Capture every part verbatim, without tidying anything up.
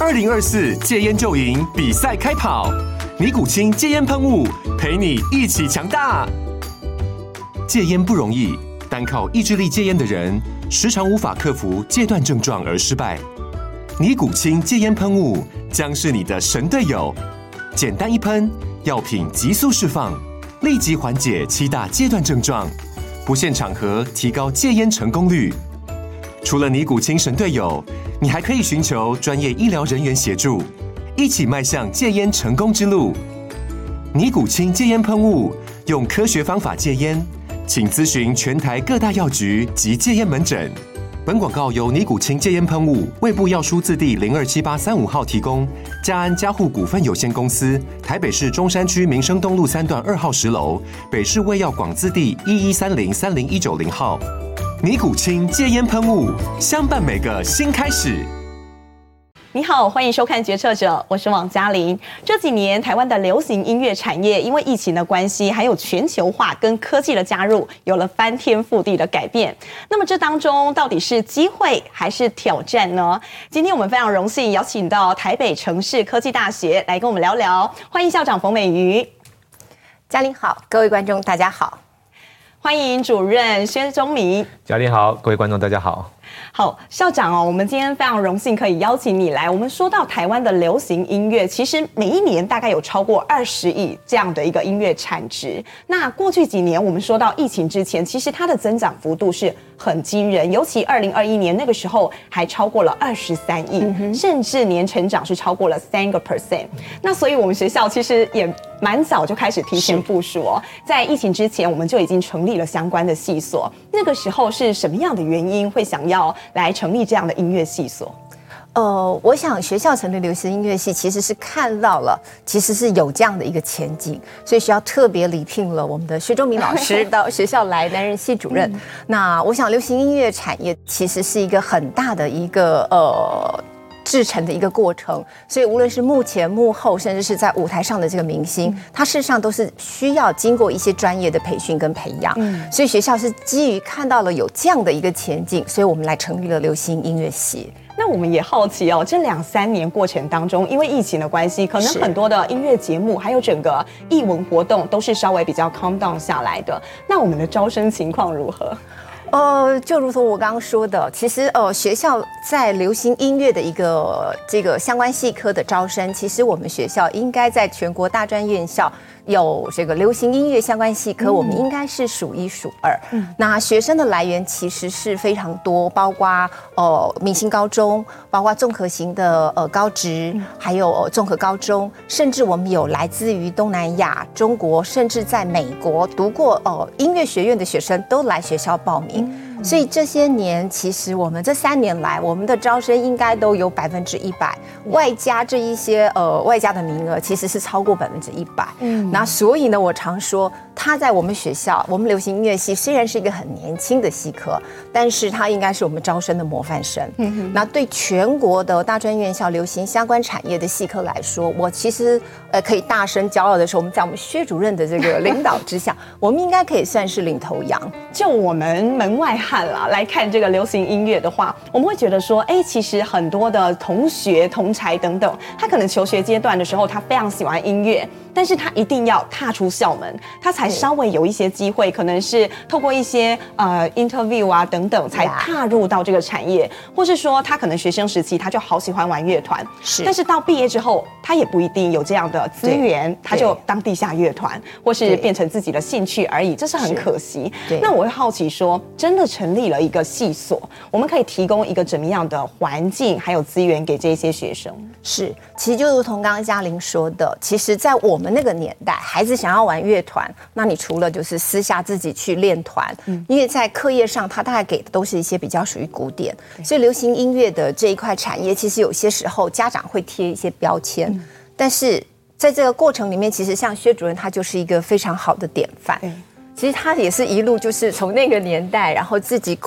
二零二四戒烟就赢比赛开跑，尼古清戒烟喷雾陪你一起强大。戒烟不容易，单靠意志力戒烟的人，时常无法克服戒断症状而失败。尼古清戒烟喷雾将是你的神队友，简单一喷，药品急速释放，立即缓解七大戒断症状，不限场合提高戒烟成功率。除了尼古清神队友，你还可以寻求专业医疗人员协助，一起迈向戒烟成功之路。尼古清戒烟喷雾，用科学方法戒烟，请咨询全台各大药局及戒烟门诊。本广告由尼古清戒烟喷雾、卫部药书字第零二七八三五号提供，嘉安嘉护股份有限公司，台北市中山区民生东路三段二号十楼，北市卫药广字第一一三零三零一九零号。尼古清戒烟喷雾，相伴每个新开始。 你好，欢迎收看《决策者》，我是王嘉玲。这几年，台湾的流行音乐产业因为疫情的关系，还有全球化跟科技的加入，有了翻天覆地的改变。那么这当中到底是机会还是挑战呢？今天我们非常荣幸邀请到台北城市科技大学来跟我们聊聊，欢迎校长冯美瑜。 嘉玲好，各位观众大家好。 欢迎主任薛宗明。 嘉玲好，各位观众大家好。 好，校长哦，我们今天非常荣幸可以邀请你来。我们说到台湾的流行音乐，其实每一年大概有超过二十亿这样的一个音乐产值。那过去几年，我们说到疫情之前，其实它的增长幅度是很惊人，尤其二零二一年那个时候还超过了二十三亿，嗯、甚至年成长是超过了三个 percent。那所以我们学校其实也蛮早就开始提前部署哦，在疫情之前我们就已经成立了相关的系所。那个时候是什么样的原因会想要来成立这样的音乐系所？ 呃，我想学校成立流行音乐系，其实是看到了，其实是有这样的一个前景，所以学校特别礼聘了我们的薛宗明老师到学校来担任系主任。嗯、那我想，流行音乐产业其实是一个很大的一个呃。制成的一个过程，所以无论是幕前幕后，甚至是在舞台上的这个明星，嗯、他事实上都是需要经过一些专业的培训跟培养。嗯、所以学校是基于看到了有这样的一个前景，所以我们来成立了流行音乐系。 那我们也好奇哦，这两三年过程当中，因为疫情的关系，可能很多的音乐节目还有整个艺文活动都是稍微比较 calm down 下来的。那我们的招生情况如何？ 呃，就如同我刚刚说的，其实呃，学校在流行音乐的一个这个相关系科的招生，其实我们学校应该在全国大专院校有这个流行音乐相关系科，嗯、我们应该是数一数二。嗯、那学生的来源其实是非常多，包括呃明星高中，包括综合型的呃高职，嗯、还有呃综合高中，甚至我们有来自于东南亚、中国，甚至在美国读过呃音乐学院的学生都来学校报名。嗯、所以这些年，其实我们这三年来，我们的招生应该都有百分之一百，外加这一些呃外加的名额，其实是超过百分之一百。嗯，那所以呢，我常说，他在我们学校，我们流行音乐系虽然是一个很年轻的系科，但是他应该是我们招生的模范生。嗯，那对全国的大专院校流行相关产业的系科来说，我其实呃可以大声骄傲的说，我们在我们薛主任的这个领导之下，我们应该可以算是领头羊。 就我们门外汉啦来看这个流行音乐的话，我们会觉得说，哎，其实很多的同学、同才等等，他可能求学阶段的时候，他非常喜欢音乐，但是他一定要踏出校门，他才稍微有一些机会，可能是透过一些呃 interview 啊等等，才踏入到这个产业，或是说他可能学生时期他就好喜欢玩乐团，是，但是到毕业之后，他也不一定有这样的资源，他就当地下乐团，或是变成自己的兴趣而已，这是很可惜。那我会好奇说，真的成立了一个系所，我们可以提供一个怎么样的环境还有资源给这些学生？ 是，其实就如同刚刚嘉玲说的，其实在我们那个年代，孩子想要玩乐团，那你除了就是私下自己去练团，嗯、因为在课业上他大概给的都是一些比较属于古典，所以流行音乐的这一块产业，其实有些时候家长会贴一些标签，嗯、但是在这个过程里面，其实像薛主任他就是一个非常好的典范。其实他也是一路就是从那个年代，然后自己苦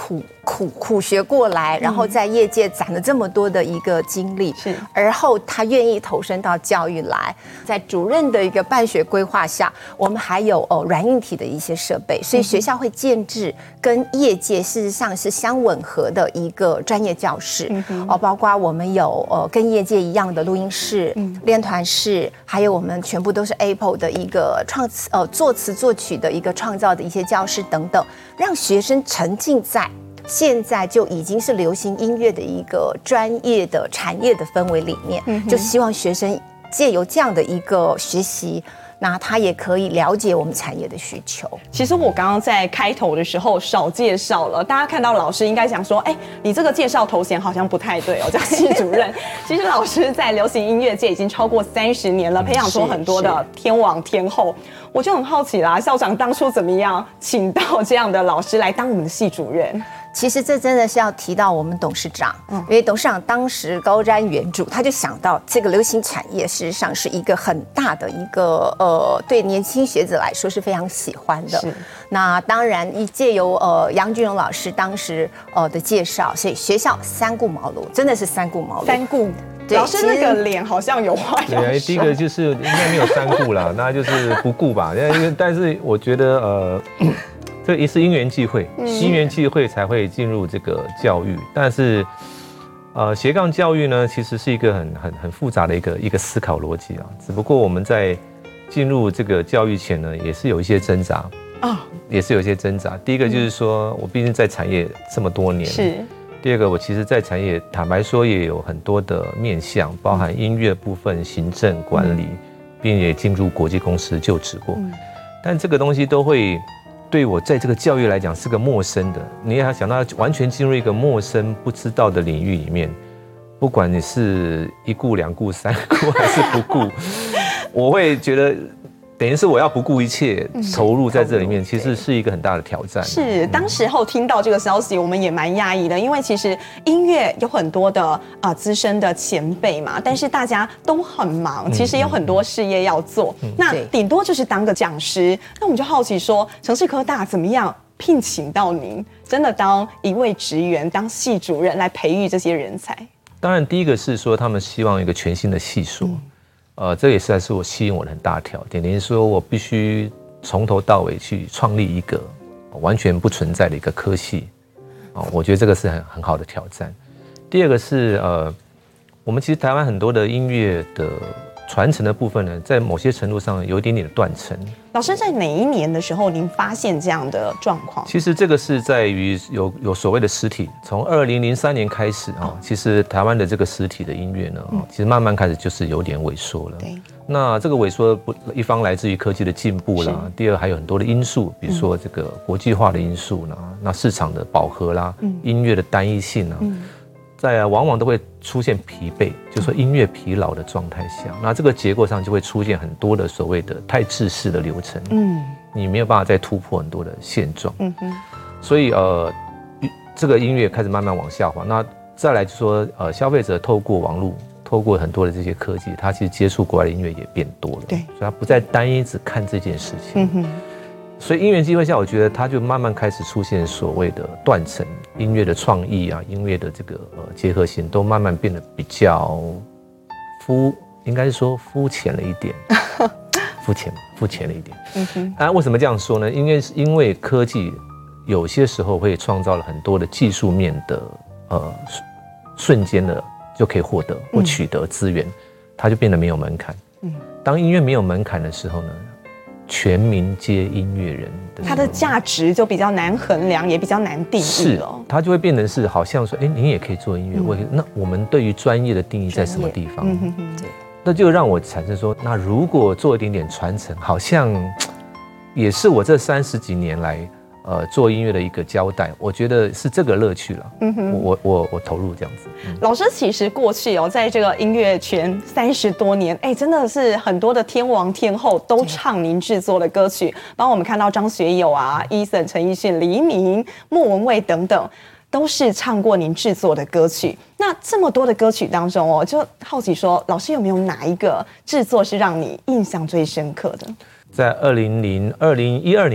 苦苦学过来，然后在业界攒了这么多的一个经历， 是， 而后他愿意投身到教育来，在主任的一个办学规划下，我们还有呃软硬体的一些设备，所以学校会建制跟业界事实上是相吻合的一个专业教室，哦，包括我们有呃跟业界一样的录音室、练团室，还有我们全部都是 Apple 的一个创词呃作词作曲的一个创造的一些教室等等，让学生沉浸在现在就已经是流行音乐的一个专业的产业的氛围里面，就希望学生借由这样的一个学习，那他也可以了解我们产业的需求。 其实我刚刚在开头的时候少介绍了，大家看到老师应该想说，哎，你这个介绍头衔好像不太对哦，叫系主任。其实老师在流行音乐界已经超过三十年了，培养出很多的天王天后。我就很好奇啦，校长当初怎么样请到这样的老师来当我们的系主任？ 其实这真的是要提到我们董事长，嗯，因为董事长当时高瞻远瞩，他就想到这个流行产业事实上是一个很大的一个呃，对年轻学子来说是非常喜欢的。那当然，一借由呃杨俊荣老师当时呃的介绍，所以学校三顾茅庐，真的是三顾茅庐。 三顾。老师那个脸好像有话要说。 对，第一个就是应该没有三顾啦，那就是不顾吧。因为但是我觉得呃。这也是因缘际会，因缘际会才会进入这个教育。但是，呃，斜杠教育呢，其实是一个很很很复杂的一个一个思考逻辑啊。只不过我们在进入这个教育前呢，也是有一些挣扎啊，也是有一些挣扎。第一个就是说我毕竟在产业这么多年， 是。 第二个，我其实，在产业坦白说也有很多的面向，包含音乐部分、行政管理，并也进入国际公司就职过。但这个东西都会。对我在这个教育来讲是个陌生的，你也要想到完全进入一个陌生不知道的领域里面，不管你是一顾两顾三顾还是不顾，我会觉得等于是我要不顾一切投入在这里面，其实是一个很大的挑战。 是，当时候听到这个消息，我们也蛮讶异的，因为其实音乐有很多的呃资深的前辈嘛，但是大家都很忙，其实有很多事业要做，嗯、那顶多就是当个讲师。那我们就好奇说，城市科大怎么样聘请到您，真的当一位职员，当系主任来培育这些人才？ 当然，第一个是说他们希望一个全新的系所。嗯呃，这也是是我吸引我的很大的条件。等于说我必须从头到尾去创立一个完全不存在的一个科系，啊，我觉得这个是很很好的挑战。第二个是呃，我们其实台湾很多的音乐的传承的部分呢，在某些程度上有一点点的断层。 老师在哪一年的时候，您发现这样的状况？ 其实这个是在于有有所谓的实体，从二零零三年开始啊，其实台湾的这个实体的音乐呢，嗯、其实慢慢开始就是有点萎缩了。对，那这个萎缩不一方来自于科技的进步啦，第二还有很多的因素，比如说这个国际化的因素啦，嗯、那市场的饱和啦，嗯、音乐的单一性啊。嗯在往往都会出现疲惫，就是说音乐疲劳的状态下，那这个结构上就会出现很多的所谓的太制式的流程，嗯，你没有办法再突破很多的现状，嗯哼，所以呃，这个音乐开始慢慢往下滑。那再来就是说，呃，消费者透过网络，透过很多的这些科技，他其实接触国外的音乐也变多了，对，所以他不再单一只看这件事情，嗯哼。所以因缘机会下，我觉得它就慢慢开始出现所谓的断层，音乐的创意啊，音乐的这个呃结合性都慢慢变得比较肤，应该是说肤浅了一点，肤浅肤浅了一点。嗯哼。啊，为什么这样说呢？因为因为科技有些时候会创造了很多的技术面的呃瞬间的就可以获得或取得资源，它就变得没有门槛。嗯。当音乐没有门槛的时候呢？全民皆音乐人的， 它的价值就比较难衡量，也比较难定义了。 它就会变成是好像说，哎，你也可以做音乐，我、嗯、那我们对于专业的定义在什么地方？嗯哼哼，对，那就让我产生说，那如果做一点点传承，好像也是我这三十几年来。呃，做音乐的一个交代，我觉得是这个乐趣了。嗯哼，我我我投入这样子。嗯、 老师其实过去哦，在这个音乐圈三十多年，哎，真的是很多的天王天后都唱您制作的歌曲，包括我们看到张学友啊、Eason、陈奕迅、黎明、莫文蔚等等，都是唱过您制作的歌曲。那这么多的歌曲当中哦，就好奇说，老师有没有哪一个制作是让你印象最深刻的？ 在二零零二零一二年。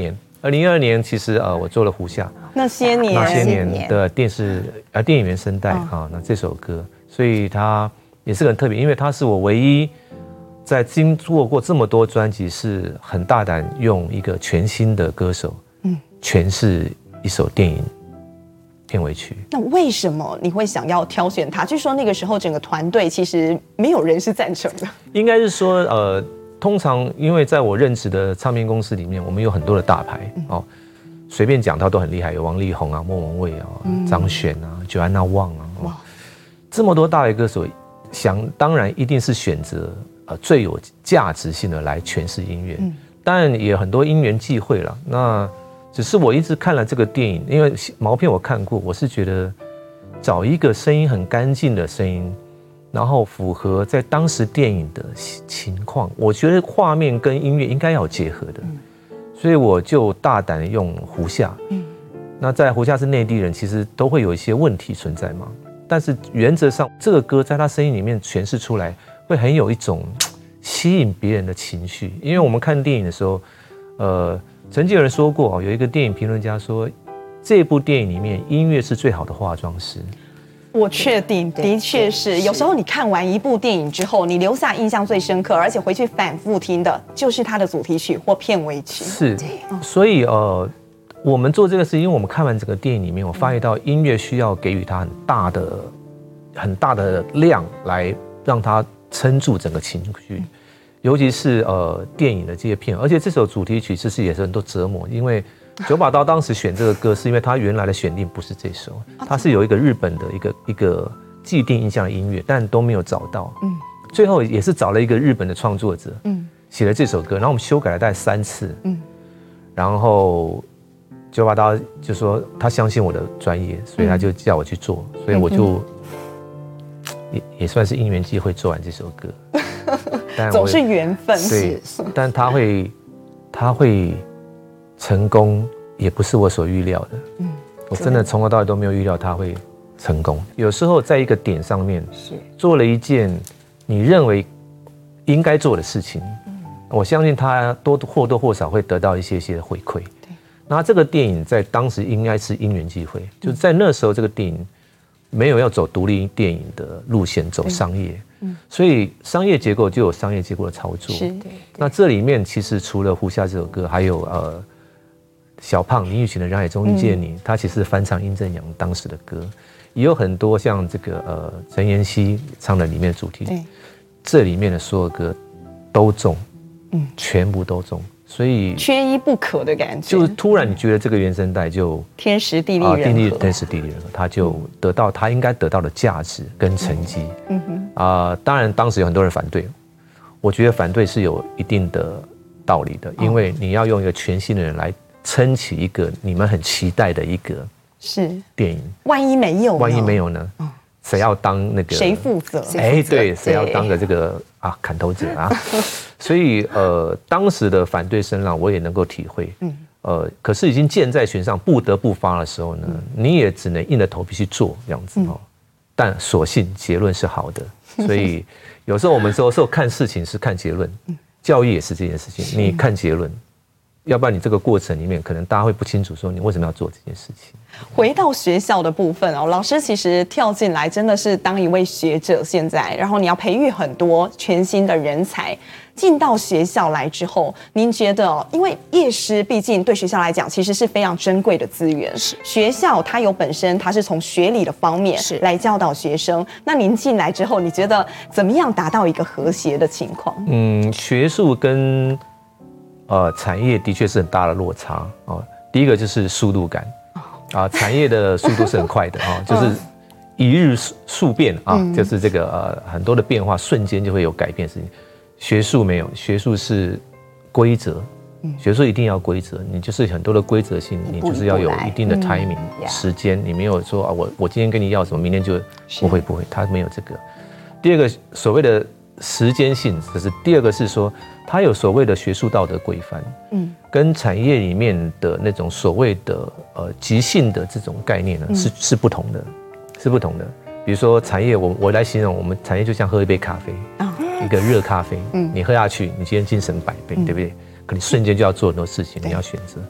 二零一二年其实呃我做了胡夏那些年那些年的电视呃电影原声带啊、哦，那这首歌，所以它也是很特别，因为它是我唯一在经做过这么多专辑，是很大胆用一个全新的歌手，嗯，诠释一首电影片尾曲。 那为什么你会想要挑选他？据说那个时候整个团队其实没有人是赞成的。 应该是说，呃，通常因为在我任职的唱片公司里面，我们有很多的大牌、嗯、哦，随便讲到都很厉害，有王力宏啊、莫文蔚啊、嗯、张悬啊、Joanna Wang 啊，哇，这么多大牌歌手，想当然一定是选择呃最有价值性的来诠释音乐。嗯，当然也有很多因缘际会了。那只是我一直看了这个电影，因为毛片我看过，我是觉得找一个声音很干净的声音，然后符合在当时电影的情况，我觉得画面跟音乐应该要结合的，嗯、所以我就大胆用胡夏。嗯，那在胡夏是内地人，其实都会有一些问题存在嘛，但是原则上这个歌在他声音里面诠释出来，会很有一种吸引别人的情绪，因为我们看电影的时候，呃。曾经有人说过，有一个电影评论家说，这部电影里面音乐是最好的化妆师。 我确定，的确是。有时候你看完一部电影之后，你留下印象最深刻，而且回去反复听的，就是它的主题曲或片尾曲。 是，所以呃，我们做这个事，因为我们看完整个电影里面，我发现到音乐需要给予它很大的、很大的量，来让它撑住整个情绪。尤其是呃电影的这些片，而且这首主题曲其实也是很多折磨，因为九把刀当时选这个歌，是因为他原来的选定不是这首，他是有一个日本的一个一个既定印象的音乐，但都没有找到。嗯，最后也是找了一个日本的创作者，嗯，写了这首歌，然后我们修改了大概三次，嗯，然后九把刀就说他相信我的专业，所以他就叫我去做，所以我就也也算是因缘际会做完这首歌。 总是缘分， 对，但他会，他会成功，也不是我所预料的。嗯，我真的从头到尾都没有预料他会成功。有时候在一个点上面，是做了一件你认为应该做的事情，嗯，我相信他多或多或少会得到一些些的回馈。对，那这个电影在当时应该是因缘际会，就是在那时候这个电影没有要走独立电影的路线，走商业。嗯，所以商业结构就有商业结构的操作。是，那这里面其实除了胡夏这首歌，还有呃小胖林育群的《人海中遇见你》，嗯，他其实翻唱殷正阳当时的歌，也有很多像这个呃陈妍希唱的里面的主题，这里面的所有歌都中，嗯，全部都中，所以缺一不可的感觉。 就是突然你觉得这个原声带就天时地利人和， 天时地利人和，他就得到他应该得到的价值跟成绩。嗯哼。啊、呃，当然，当时有很多人反对，我觉得反对是有一定的道理的，因为你要用一个全新的人来撑起一个你们很期待的一个是电影， 万一没有， 万一没有呢？谁要当那个？ 谁负责？ 哎，对，谁要当个这个啊砍头者啊？所以呃，当时的反对声浪我也能够体会。嗯，呃，可是已经箭在弦上，不得不发的时候呢，嗯、你也只能硬着头皮去做这样子哦。嗯、但所幸结论是好的。所以有时候我们说说看事情是看结论，教育也是这件事情。你看结论，要不然你这个过程里面可能大家会不清楚，说你为什么要做这件事情。 回到学校的部分哦，老师其实跳进来真的是当一位学者，现在，然后你要培育很多全新的人才。进到学校来之后，您觉得哦，因为业师毕竟对学校来讲其实是非常珍贵的资源，是学校它有本身它是从学理的方面来教导学生。那您进来之后，你觉得怎么样达到一个和谐的情况？嗯， 学术跟呃产业的确是很大的落差哦。第一个就是速度感啊，产业的速度是很快的啊，就是一日数变啊，嗯、就是这个呃很多的变化瞬间就会有改变的事情。学术没有，学术是规则，学术一定要规则，你就是很多的规则性，你就是要有一定的 timing、嗯、时间，你没有说啊，我我今天跟你要什么，明天就不会不会，他没有这个。第二个所谓的时间性，就是第二个是说，它有所谓的学术道德规范，嗯，跟产业里面的那种所谓的呃即兴的这种概念呢，是是不同的，是不同的。比如说产业，我我来形容，我们产业就像喝一杯咖啡。哦一个热咖啡，嗯，你喝下去，你今天精神百倍，嗯、对不对？可你瞬间就要做很多事情，你要选择。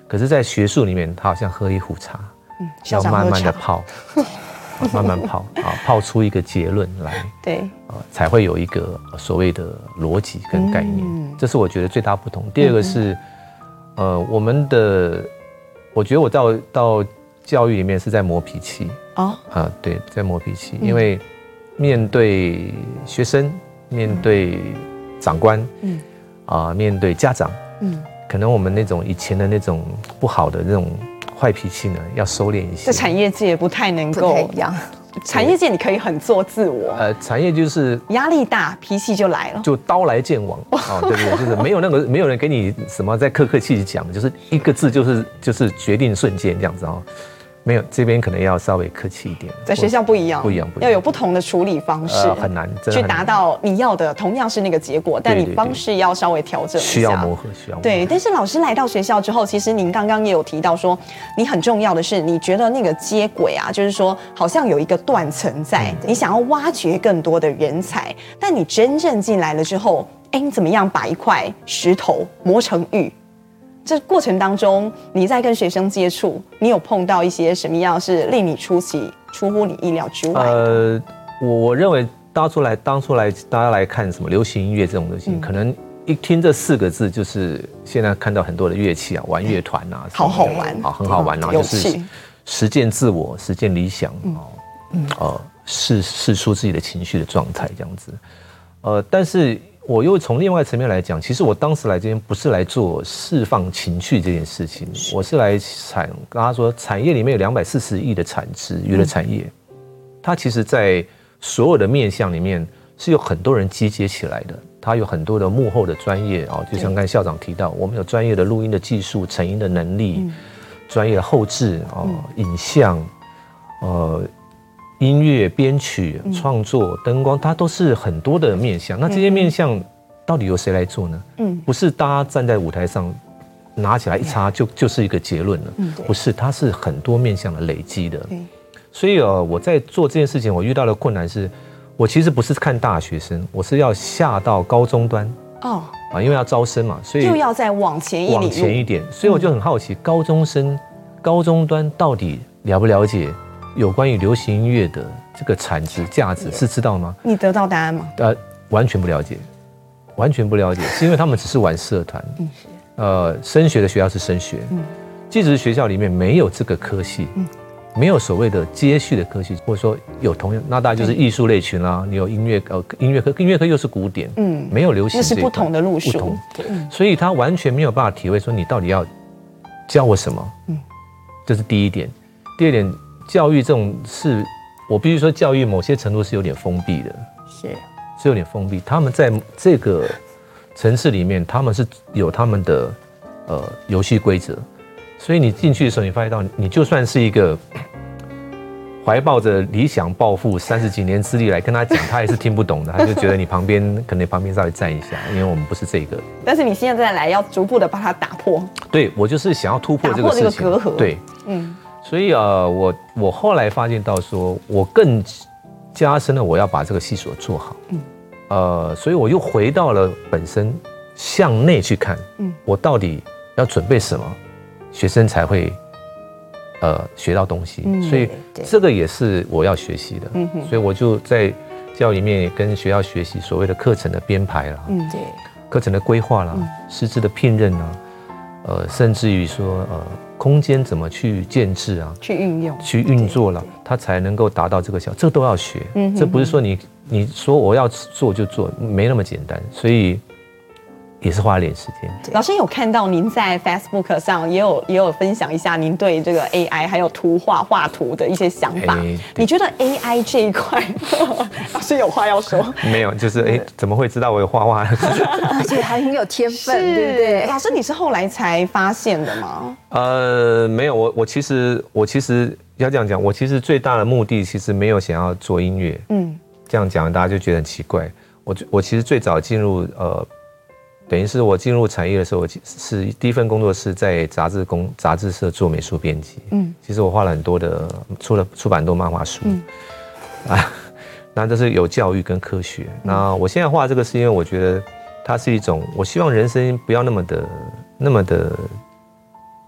可是，在学术里面，它好像喝一壶茶，嗯，要慢慢的泡，慢慢泡啊，泡出一个结论来， 对， 呃，才会有一个所谓的逻辑跟概念，嗯、这是我觉得最大不同。第二个是，嗯、呃，我们的，我觉得我到到教育里面是在磨脾气哦，啊，对，在磨脾气，嗯、因为面对学生，面对长官，嗯，啊、呃，面对家长，嗯。可能我们那种以前的那种不好的那种坏脾气呢，要收敛一些。 在产业界不太能够一样。 产业界你可以很做自我。 呃，产业就是压力大，脾气就来了， 就刀来剑往啊，对不对？就是没有那个没有人给你什么在客客气气讲，就是一个字就是就是决定瞬间这样子啊。没有，这边可能要稍微客气一点。 在学校不一样， 不一样，不一样， 要有不同的处理方式， 呃、很难，真的去达到你要的，同样是那个结果，但你方式要稍微调整一下， 需要磨合，需要磨合。 对，但是老师来到学校之后，其实您刚刚也有提到说，你很重要的是，你觉得那个接轨啊，就是说好像有一个断层在，嗯、你想要挖掘更多的人才，但你真正进来了之后，哎，你怎么样把一块石头磨成玉？这过程当中，你在跟学生接触，你有碰到一些什么样是令你出奇、出乎你意料之外的？ 呃，我我认为当初来当初来大家来看什么流行音乐这种东西，嗯、可能一听这四个字，就是现在看到很多的乐器啊，玩乐团啊， 好好玩啊，很好玩，然后就是实践自我、实践理想，哦、嗯，呃，释释出自己的情绪的状态这样子，呃，但是。我又从另外层面来讲，其实我当时来这边不是来做释放情绪这件事情，我是来产，跟他说，产业里面有两百四十亿的产值，娱乐产业，它其实在所有的面向里面是有很多人集结起来的，它有很多的幕后的专业啊，就像刚才校长提到，我们有专业的录音的技术、成音的能力，专业的后制啊、影像，呃。音乐编曲、创作、灯光，它都是很多的面向。那这些面向到底由谁来做呢？嗯，不是大家站在舞台上拿起来一插就就是一个结论了。嗯，不是，它是很多面向的累积的。所以呃，我在做这件事情，我遇到的困难是，我其实不是看大学生，我是要下到高中端。哦，啊，因为要招生嘛，所以就要再往前一往前一点。所以我就很好奇，高中生、高中端到底了不了解？有关于流行音乐的这个产值价值是知道吗？ 你得到答案吗？ 呃，完全不了解，完全不了解，是因为他们只是玩社团。嗯，呃，升学的学校是升学，嗯，即使是学校里面没有这个科系，嗯，没有所谓的接续的科系，或者说有同样，那大概就是艺术类群啦。你有音乐呃音乐科，音乐科又是古典，嗯，没有流行， 那是不同的路数，不同， 所以他完全没有办法体会说你到底要教我什么，嗯，这是第一点。第二点。教育这种事，我必须说，教育某些程度是有点封闭的， 是是有点封闭。他们在这个层次里面，他们是有他们的呃游戏规则，所以你进去的时候，你发现到，你就算是一个怀抱着理想抱负、三十几年资历来跟他讲，他也是听不懂的，他就觉得你旁边可能旁边稍微站一下，因为我们不是这个。 但是你现在来要逐步的把它打破， 对我就是想要突破这个事情， 打破这个隔阂， 对，嗯。所以呃，我我后来发现到说，我更加深了我要把这个系所做好，嗯，呃，所以我又回到了本身向内去看，嗯，我到底要准备什么，学生才会呃学到东西，嗯，所以这个也是我要学习的，嗯，所以我就在教育里面也跟学校学习所谓的课程的编排啦，嗯，对，课程的规划啦，师资的聘任啊，呃，甚至于说呃。空间怎么去建制啊？ 去运用、 去运作了，它才能够达到这个效果。这个都要学，嗯，这不是说你你说我要做就做，没那么简单。所以也是花了点时间。 老师有看到您在 Facebook 上也有也有分享一下您对这个 A I 还有图画画图的一些想法。你觉得 A I 这一块，老师有话要说？ 没有，就是哎，怎么会知道我有画画？ 而且还很有天分，对不对？ 老师，你是后来才发现的吗？ 呃，没有，我我其实我其实要这样讲，我其实最大的目的其实没有想要做音乐。嗯，这样讲大家就觉得很奇怪。我我其实最早进入呃。等于是我进入产业的时候，我是第一份工作是在杂志公杂志社做美术编辑。嗯，其实我画了很多的，出了出版很多漫画书。嗯，啊，那这是有教育跟科学。那我现在画这个是因为我觉得它是一种，我希望人生不要那么的那么的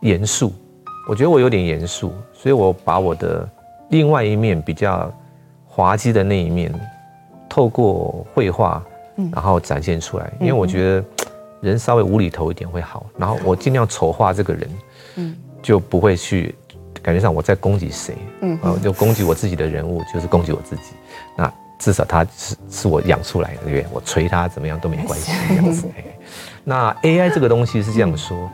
严肃，我觉得我有点严肃，所以我把我的另外一面比较滑稽的那一面，透过绘画，然后展现出来。因为我觉得人稍微无厘头一点会好，然后我尽量丑化这个人，嗯，就不会去感觉上我在攻击谁，嗯，就攻击我自己的人物，就是攻击我自己。那至少他是是我养出来的，对不对？我捶他怎么样都没关系，这样子。那 A I 这个东西是这样说。嗯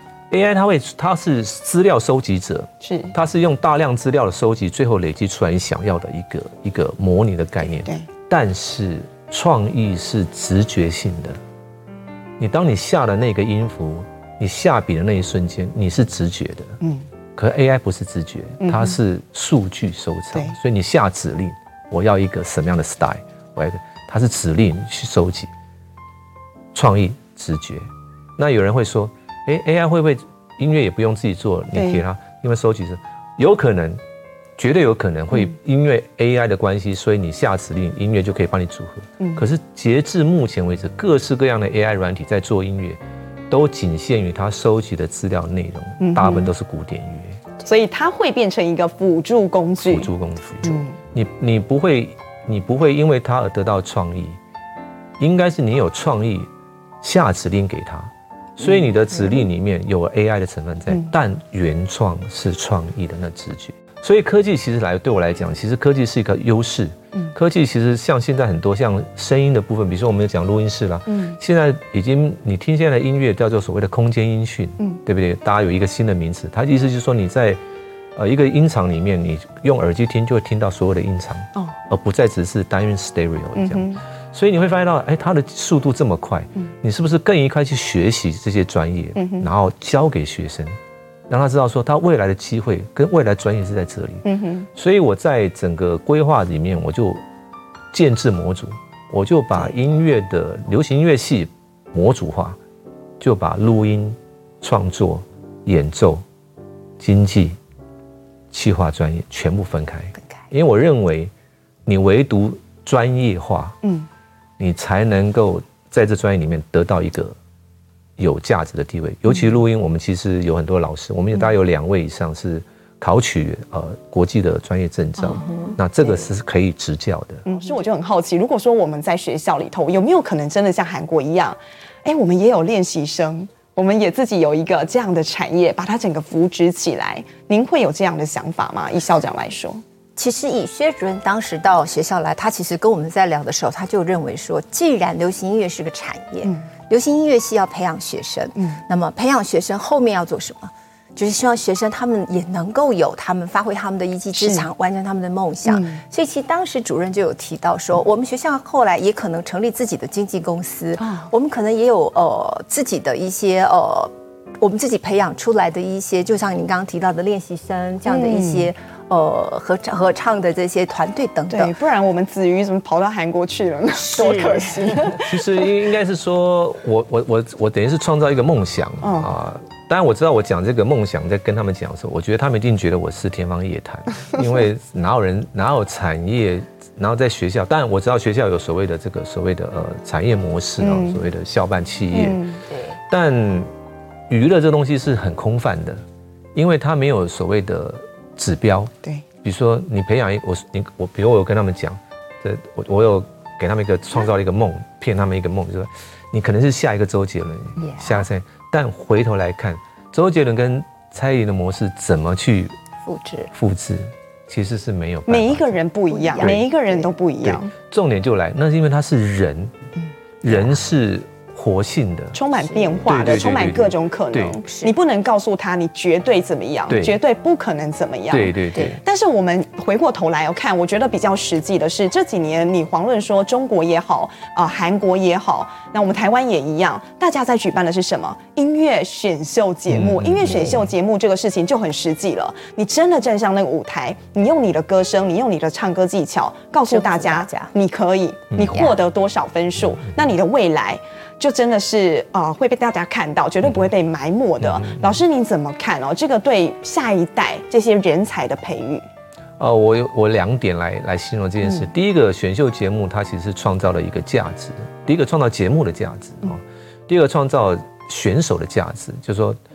A I 它会，它是资料收集者， 是， 它是用大量资料的收集，最后累积出来你想要的一个一个模拟的概念。 对。 但是创意是直觉性的，你当你下的那个音符，你下笔的那一瞬间，你是直觉的。嗯。可是 A I 不是直觉，它是数据收藏，所以你下指令，我要一个什么样的 style， 我要一个，它是指令去收集。创意直觉，那有人会说。哎 ，A I 会不会音乐也不用自己做？你给它，因为收集是有可能，绝对有可能会因为 A I 的关系，所以你下指令，音乐就可以帮你组合。嗯，可是截至目前为止，各式各样的 A I 软体在做音乐，都仅限于它收集的资料内容，大部分都是古典乐， 所以它会变成一个辅助工具。 辅助工具，嗯，你你不会，你不会因为它而得到创意，应该是你有创意，下指令给它。所以你的指令里面有 A I 的成分在，嗯、但原创是创意的那直觉。所以科技其实来对我来讲，其实科技是一个优势。嗯、科技其实像现在很多像声音的部分，比如说我们有讲录音室啦，嗯、现在已经你听现在的音乐叫做所谓的空间音讯，嗯、对不对？大家有一个新的名词，它的意思就是说你在呃一个音场里面，你用耳机听就会听到所有的音场，哦、而不再只是单元 stereo 这样。嗯所以你会发现到，哎，它的速度这么快，嗯、你是不是更应该去学习这些专业，嗯、然后教给学生，让他知道说他未来的机会跟未来专业是在这里。嗯、所以我在整个规划里面，我就建制模组，我就把音乐的流行音乐系模组化，就把录音、创作、演奏、经济、企划专业全部分开。分开，因为我认为你唯独专业化，嗯。你才能够在这专业里面得到一个有价值的地位。尤其录音，我们其实有很多老师，我们大概有两位以上是考取呃国际的专业证照，嗯、那这个是可以执教的。 嗯，所以我就很好奇，如果说我们在学校里头有没有可能真的像韩国一样，哎，我们也有练习生，我们也自己有一个这样的产业，把它整个扶植起来。您会有这样的想法吗？以校长来说。 其实以薛主任当时到学校来，他其实跟我们在聊的时候，他就认为说，既然流行音乐是个产业，嗯、流行音乐系要培养学生，嗯、那么培养学生后面要做什么？就是希望学生他们也能够有他们发挥他们的一技之长，完成他们的梦想。嗯、所以其实当时主任就有提到说，我们学校后来也可能成立自己的经纪公司，哦、我们可能也有呃自己的一些呃我们自己培养出来的一些，就像您刚刚提到的练习生这样的一些。嗯呃，合唱合唱的这些团队等等， 对，不然我们子瑜怎么跑到韩国去了呢？多可惜！ 其实应该是说，我我我我等于是创造一个梦想啊、嗯呃。当然我知道我讲这个梦想，在跟他们讲的时候，我觉得他们一定觉得我是天方夜谭，因为哪有人哪有产业，然后在学校，当然我知道学校有所谓的这个所谓的呃产业模式啊，嗯、所谓的校办企业，嗯、对。但娱乐这东西是很空泛的，因为它没有所谓的。指标对，比如说你培养一我你我，比如我有跟他们讲，这我我有给他们一个创造了一个梦，骗他们一个梦，就是说你可能是下一个周杰伦， yeah. 下一个，但回头来看，周杰伦跟蔡依林的模式怎么去复制复制，其实是没有办法， 每一个人不一样，每一个人都不一样。 重点就来，那是因为他是人，嗯、人是。活性的， 充满变化的，充满各种可能。你不能告诉他你绝对怎么样，绝对不可能怎么样。 对对对。 但是我们回过头来要看，我觉得比较实际的是这几年，你遑论说中国也好，啊、呃、韩国也好，那我们台湾也一样，大家在举办的是什么？音乐选秀节目。嗯、音乐选秀节目这个事情就很实际了。你真的站上那个舞台，你用你的歌声，你用你的唱歌技巧，告诉大家你可以，你获得多少分数，嗯、那你的未来。就真的是呃会被大家看到，绝对不会被埋没的。嗯、老师您怎么看哦？这个对下一代这些人才的培育？ 呃，我有我两点来来形容这件事。嗯、第一个，选秀节目它其实是创造了一个价值。第一个创造节目的价值啊，嗯、第二个创造选手的价值，就是说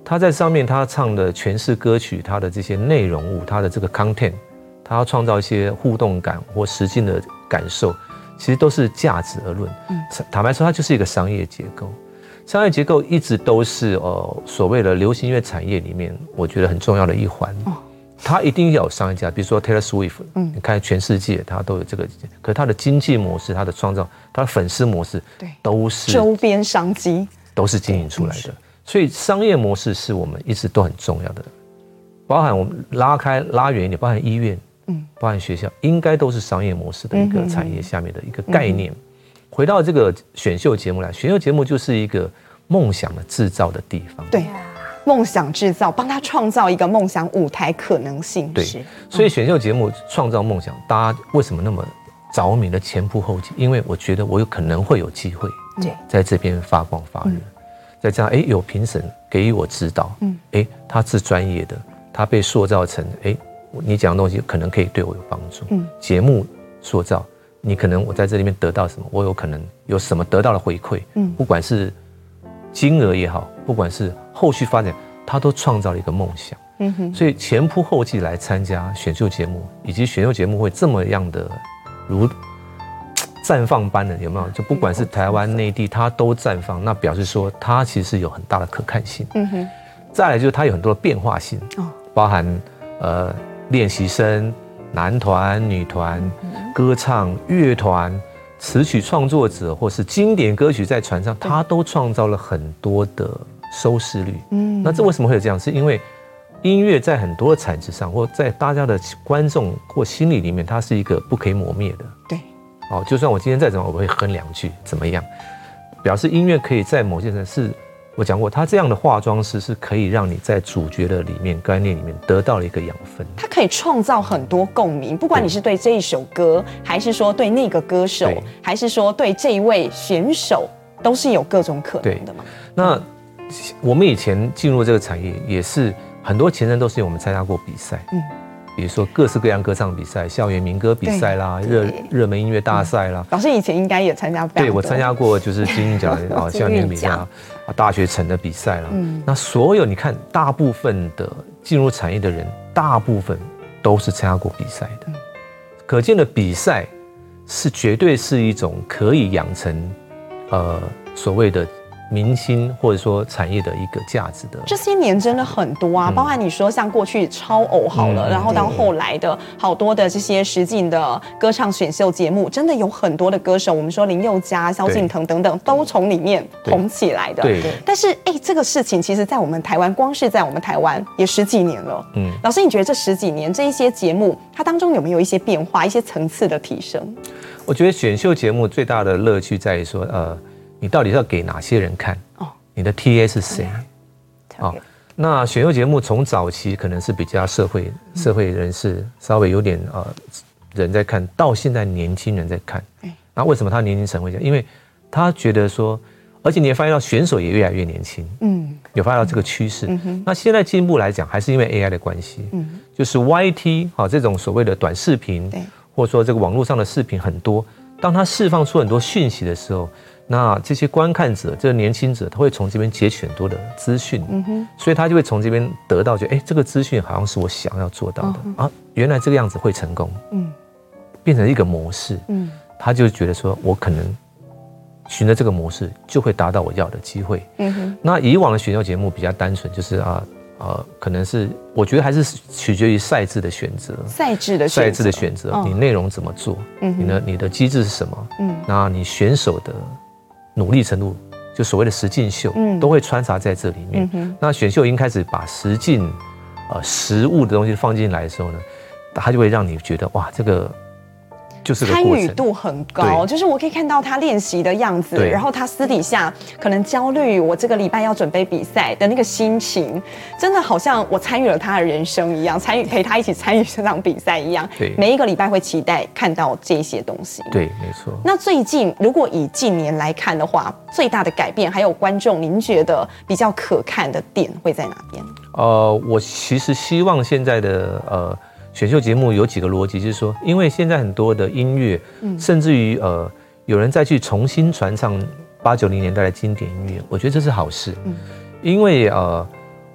他在上面他唱的诠释歌曲，他的这些内容物，他的这个 content， 他要创造一些互动感或实境的感受，其实都是价值而论。嗯，坦白说，它就是一个商业结构。商业结构一直都是呃所谓的流行音乐产业里面，我觉得很重要的一环。哦，它一定要有商业价值，比如说 Taylor Swift， 嗯，你看全世界它都有这个，可是它的经济模式、它的创造、它的粉丝模式，对，都是周边商机， 都是经营出来的。所以商业模式是我们一直都很重要的，包含我们拉开拉远一点，包含医院，嗯，包含学校，应该都是商业模式的一个产业下面的一个概念。嗯，回到这个选秀节目来，选秀节目就是一个梦想的制造的地方。 对，梦想制造，帮他创造一个梦想舞台可能性。 对，所以选秀节目创造梦想，大家为什么那么着迷的前仆后继？因为我觉得我有可能会有机会，对，在这边发光发热。嗯，再加上哎，有评审给予我指导，嗯，哎，他是专业的，他被塑造成哎，你讲的东西可能可以对我有帮助。嗯，节目塑造，你可能我在这里面得到什么，我有可能有什么得到的回馈，嗯，不管是金额也好，不管是后续发展，他都创造了一个梦想。嗯哼，所以前仆后继来参加选秀节目，以及选秀节目会这么样的如绽放般的，有没有？就不管是台湾内地，它都绽放，那表示说它其实有很大的可看性。嗯哼，再来就是它有很多的变化性，哦，包含呃练习生、男团、女团、歌唱、乐团、词曲创作者，或是经典歌曲在传唱，它都创造了很多的收视率。嗯，那这为什么会有这样？是因为音乐在很多的产值上，或在大家的观众或心理里面，它是一个不可以磨灭的。对。哦，就算我今天再怎么，我会哼两句，怎么样？表示音乐可以在某些人是，我讲过，它这样的化妆师是可以让你在主角的里面、概念里面得到了一个养分。它可以创造很多共鸣，不管你是对这一首歌，还是说对那个歌手，还是说对这一位选手，都是有各种可能的嘛。 那我们以前进入这个产业，也是很多前人都是因为我们参加过比赛，嗯。比如说各式各样歌唱比赛、校园民歌比赛啦、热热门音乐大赛啦。 老师以前应该也参加过。 对，我参加过，就是金韵奖啊、校园比赛啊、大学城的比赛啦。嗯，那所有你看，大部分的进入产业的人，大部分都是参加过比赛的。可见的比赛是绝对是一种可以养成呃所谓的明星或者说产业的一个价值的。 这些年真的很多啊，嗯，包含你说像过去超偶好了，嗯，然后到后来的好多的这些实境的歌唱选秀节目，真的有很多的歌手，我们说林宥嘉、萧敬腾等等，都从里面红起来的。对。但是哎，这个事情其实在我们台湾，光是在我们台湾也十几年了。嗯。老师，你觉得这十几年这一些节目，它当中有没有一些变化、一些层次的提升？ 我觉得选秀节目最大的乐趣在于说，呃。你到底要给哪些人看？哦，你的 T A 是谁？哦，那选秀节目从早期可能是比较社会社会人士，稍微有点呃人在看，到现在年轻人在看。那为什么他年轻层会这样？因为他觉得说，而且你也发现到选手也越来越年轻。嗯，有发现到这个趋势。嗯，那现在进一步来讲，还是因为 A I 的关系。嗯，就是 Y T 好，这种所谓的短视频，或者说这个网络上的视频很多，当他释放出很多讯息的时候。那这些观看者，这个年轻者，他会从这边截取很多的资讯，嗯哼，所以他就会从这边得到，就哎，这个资讯好像是我想要做到的、嗯、啊，原来这个样子会成功，嗯，变成一个模式，嗯，他就觉得说我可能循着这个模式就会达到我要的机会，嗯哼。那以往的选秀节目比较单纯，就是啊呃，可能是我觉得还是取决于赛制的选择， 赛制的选择， 赛制的选择，哦、你内容怎么做，嗯，你的你的机制是什么，嗯，那你选手的努力程度，就所谓的实境秀，嗯，都会穿插在这里面。嗯、那选秀已经开始把实境、呃实物的东西放进来的时候呢，它就会让你觉得哇，这个就是个过程， 参与度很高。就是我可以看到他练习的样子，然后他私底下可能焦虑，我这个礼拜要准备比赛的那个心情，真的好像我参与了他的人生一样，参与陪他一起参与这场比赛一样。对，每一个礼拜会期待看到这些东西。 对，没错。 那最近如果以近年来看的话，最大的改变还有观众，您觉得比较可看的点会在哪边？ 呃，我其实希望现在的呃。选秀节目有几个逻辑，就是说，因为现在很多的音乐，嗯、甚至于呃，有人再去重新传唱八九零年代的经典音乐，我觉得这是好事，嗯、因为呃，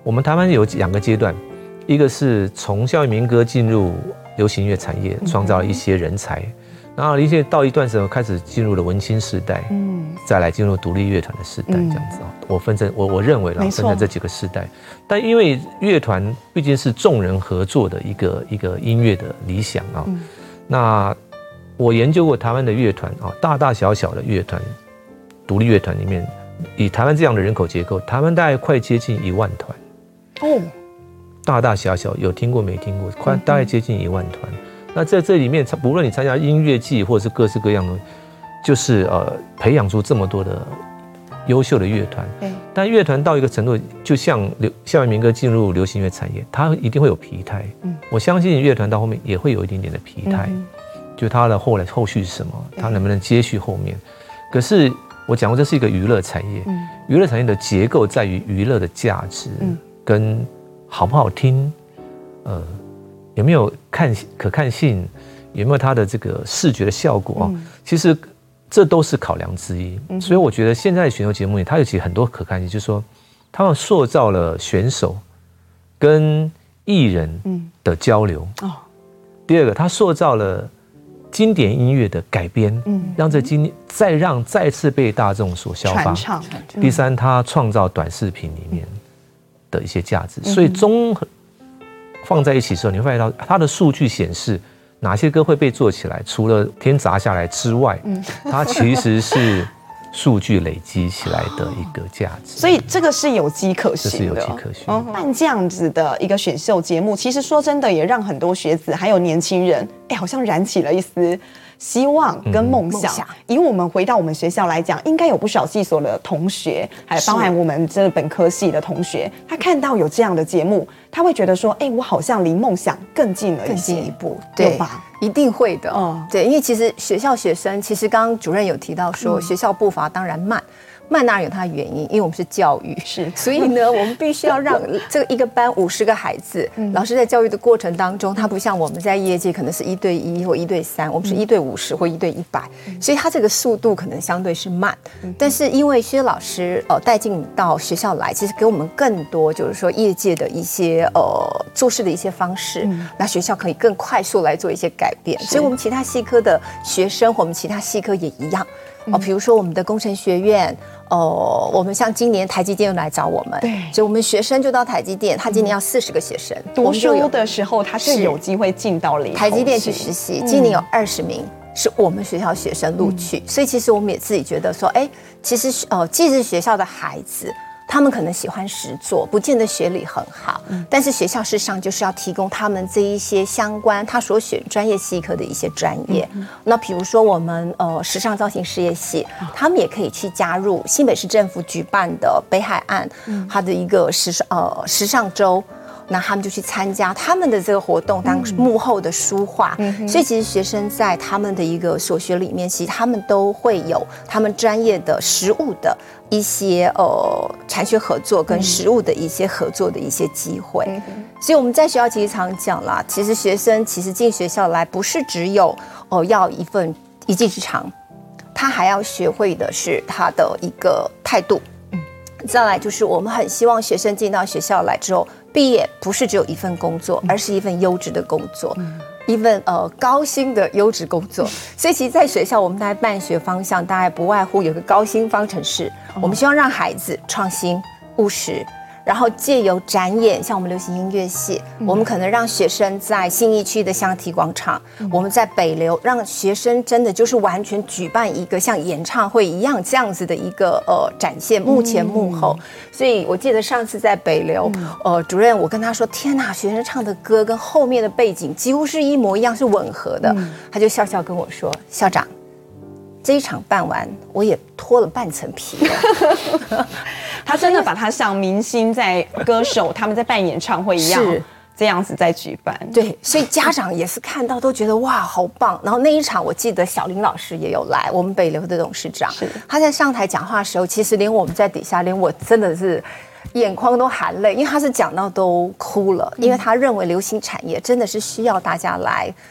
我们台湾有两个阶段，一个是从校园民歌进入流行音乐产业，创造了一些人才，然后一些到一段时候开始进入了文青时代，嗯，再来进入独立乐团的时代，这样子啊，我分成我我认为啦，分成这几个时代。但因为乐团毕竟是众人合作的一个一个音乐的理想啊，嗯、那我研究过台湾的乐团啊，大大小小的乐团，独立乐团里面，以台湾这样的人口结构，台湾大概快接近一万团哦。大大小小有听过没听过，快大概接近一万团。那在这里面，不论你参加音乐季或者是各式各样的，就是呃培养出这么多的优秀的乐团。但乐团到一个程度，就像流校园民歌进入流行乐产业，它一定会有疲态。嗯，我相信乐团到后面也会有一点点的疲态，嗯、就它的后来后续是什么，它能不能接续后面？可是我讲过，这是一个娱乐产业，嗯、娱乐产业的结构在于娱乐的价值跟好不好听，呃，有没有看可看性，有没有它的这个视觉的效果啊？嗯、其实这都是考量之一。嗯、所以我觉得现在的选秀节目里，它有其实很多可看性，就是说他们塑造了选手跟艺人的交流。嗯、哦。第二个，他塑造了经典音乐的改编，嗯，让这经再让再次被大众所消化。传唱。第三，他创造短视频里面的一些价值，所以综合放在一起的时候，你会发现到它的数据显示哪些歌会被做起来，除了天砸下来之外，嗯、它其实是数据累积起来的一个价值。 所以这个是有迹可循的， 这是有迹可循。 办这样子的一个选秀节目，其实说真的，也让很多学子还有年轻人，哎，好像燃起了一丝希望跟梦想。嗯、以我们回到我们学校来讲，应该有不少系所的同学，还包含我们这本科系的同学，他看到有这样的节目，他会觉得说，哎，我好像离梦想更近了一些， 更进一步， 对吧？ 一定会的。嗯，对，因为其实学校学生，其实刚刚主任有提到说，嗯、学校步伐当然慢。慢当然有它的原因，因为我们是教育， 是， 所以呢，我们必须要让这个一个班五十个孩子，嗯、老师在教育的过程当中，他不像我们在业界可能是一对一或一对三，我们是一对五十或一对一百，嗯、所以他这个速度可能相对是慢。嗯、但是因为薛老师呃带进到学校来，其实给我们更多就是说业界的一些呃做事的一些方式，嗯、那学校可以更快速来做一些改变。所以我们其他系科的学生，我们其他系科也一样。哦，比如说我们的工程学院，哦，我们像今年台积电又来找我们， 对， 所以我们学生就到台积电，他今年要四十个学生， 嗯、读书的时候他是有机会进到里台积电去实习，今年有二十名是我们学校学生录取，嗯、所以其实我们也自己觉得说，哎，其实呃，既是学校的孩子。他们可能喜欢实作，不见得学历很好，嗯、但是学校事实上就是要提供他们这一些相关他所选专业系科的一些专业。嗯、那比如说我们呃时尚造型事业系，嗯、他们也可以去加入新北市政府举办的北海岸，嗯、它的一个时尚呃时尚周。那他们就去参加他们的这个活动，当幕后的书画。嗯、所以其实学生在他们的一个所学里面，其实他们都会有他们专业的实务的一些呃产学合作跟实务的一些合作的一些机会。嗯、所以我们在学校其实常讲啦，其实学生其实进学校来不是只有哦、呃、要一份一技之长，他还要学会的是他的一个态度。嗯、再来就是我们很希望学生进到学校来之后。毕业不是只有一份工作，而是一份优质的工作，嗯、一份呃高薪的优质工作。所以其实，在学校我们大概办学方向，大概不外乎有个高薪方程式。哦、我们希望让孩子创新、务实，然后借由展演，像我们流行音乐系，嗯、我们可能让学生在信义区的象体广场，嗯、我们在北流让学生真的就是完全举办一个像演唱会一样这样子的一个呃展现，幕前幕后。嗯、所以我记得上次在北流，嗯、呃，主任我跟他说，天哪，学生唱的歌跟后面的背景几乎是一模一样，是吻合的。嗯、他就笑笑跟我说，校长。这一场办完，我也脱了半层皮了。 他真的把他像明星在歌手他们在办演唱会一样，这样子在举办。 对，所以家长也是看到都觉得哇，好棒。然后那一场我记得小林老师也有来，我们北流的董事长，他在上台讲话的时候，其实连我们在底下，连我真的是眼眶都含泪，因为他是讲到都哭了，因为他认为流行产业真的是需要大家来。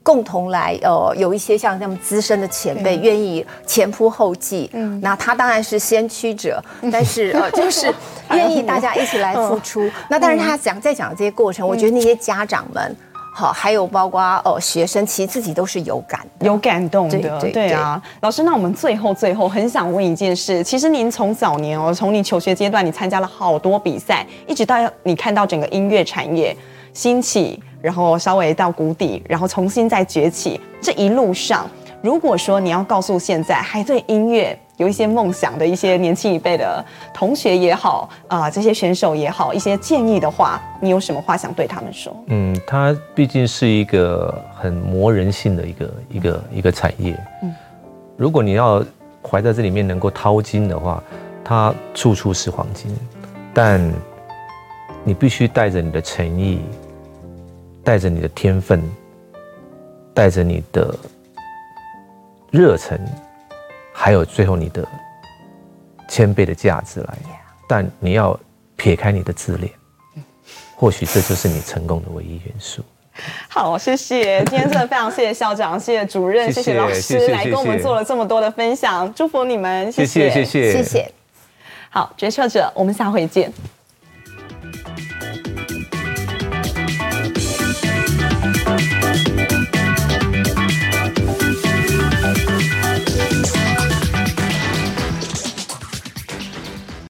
共同来呃有一些像这么资深的前辈愿意前仆后继，嗯，那他当然是先驱者，但是呃就是愿意大家一起来付出。那当然他讲在讲这些过程，我觉得那些家长们。好，还有包括呃学生，其实自己都是有感的， 有感动的， 对对对啊。老师，那我们最后最后很想问一件事，其实您从早年哦，从你求学阶段，你参加了好多比赛，一直到你看到整个音乐产业兴起，然后稍微到谷底，然后重新再崛起，这一路上，如果说你要告诉现在还对音乐有一些梦想的一些年轻一辈的同学也好，啊、呃，这些选手也好，一些建议的话，你有什么话想对他们说？ 嗯，它毕竟是一个很磨人性的一个一个一个产业。嗯，如果你要怀在这里面能够淘金的话，它处处是黄金，但你必须带着你的诚意，带着你的天分，带着你的热忱。还有最后你的谦卑的价值来，但你要撇开你的自恋，或许这就是你成功的唯一元素。 好，谢谢，今天真的非常谢谢校长，谢谢主任，谢谢老师来跟我们做了这么多的分享，祝福你们，谢谢， 谢谢，谢谢， 谢谢。 好，决策者，我们下回见。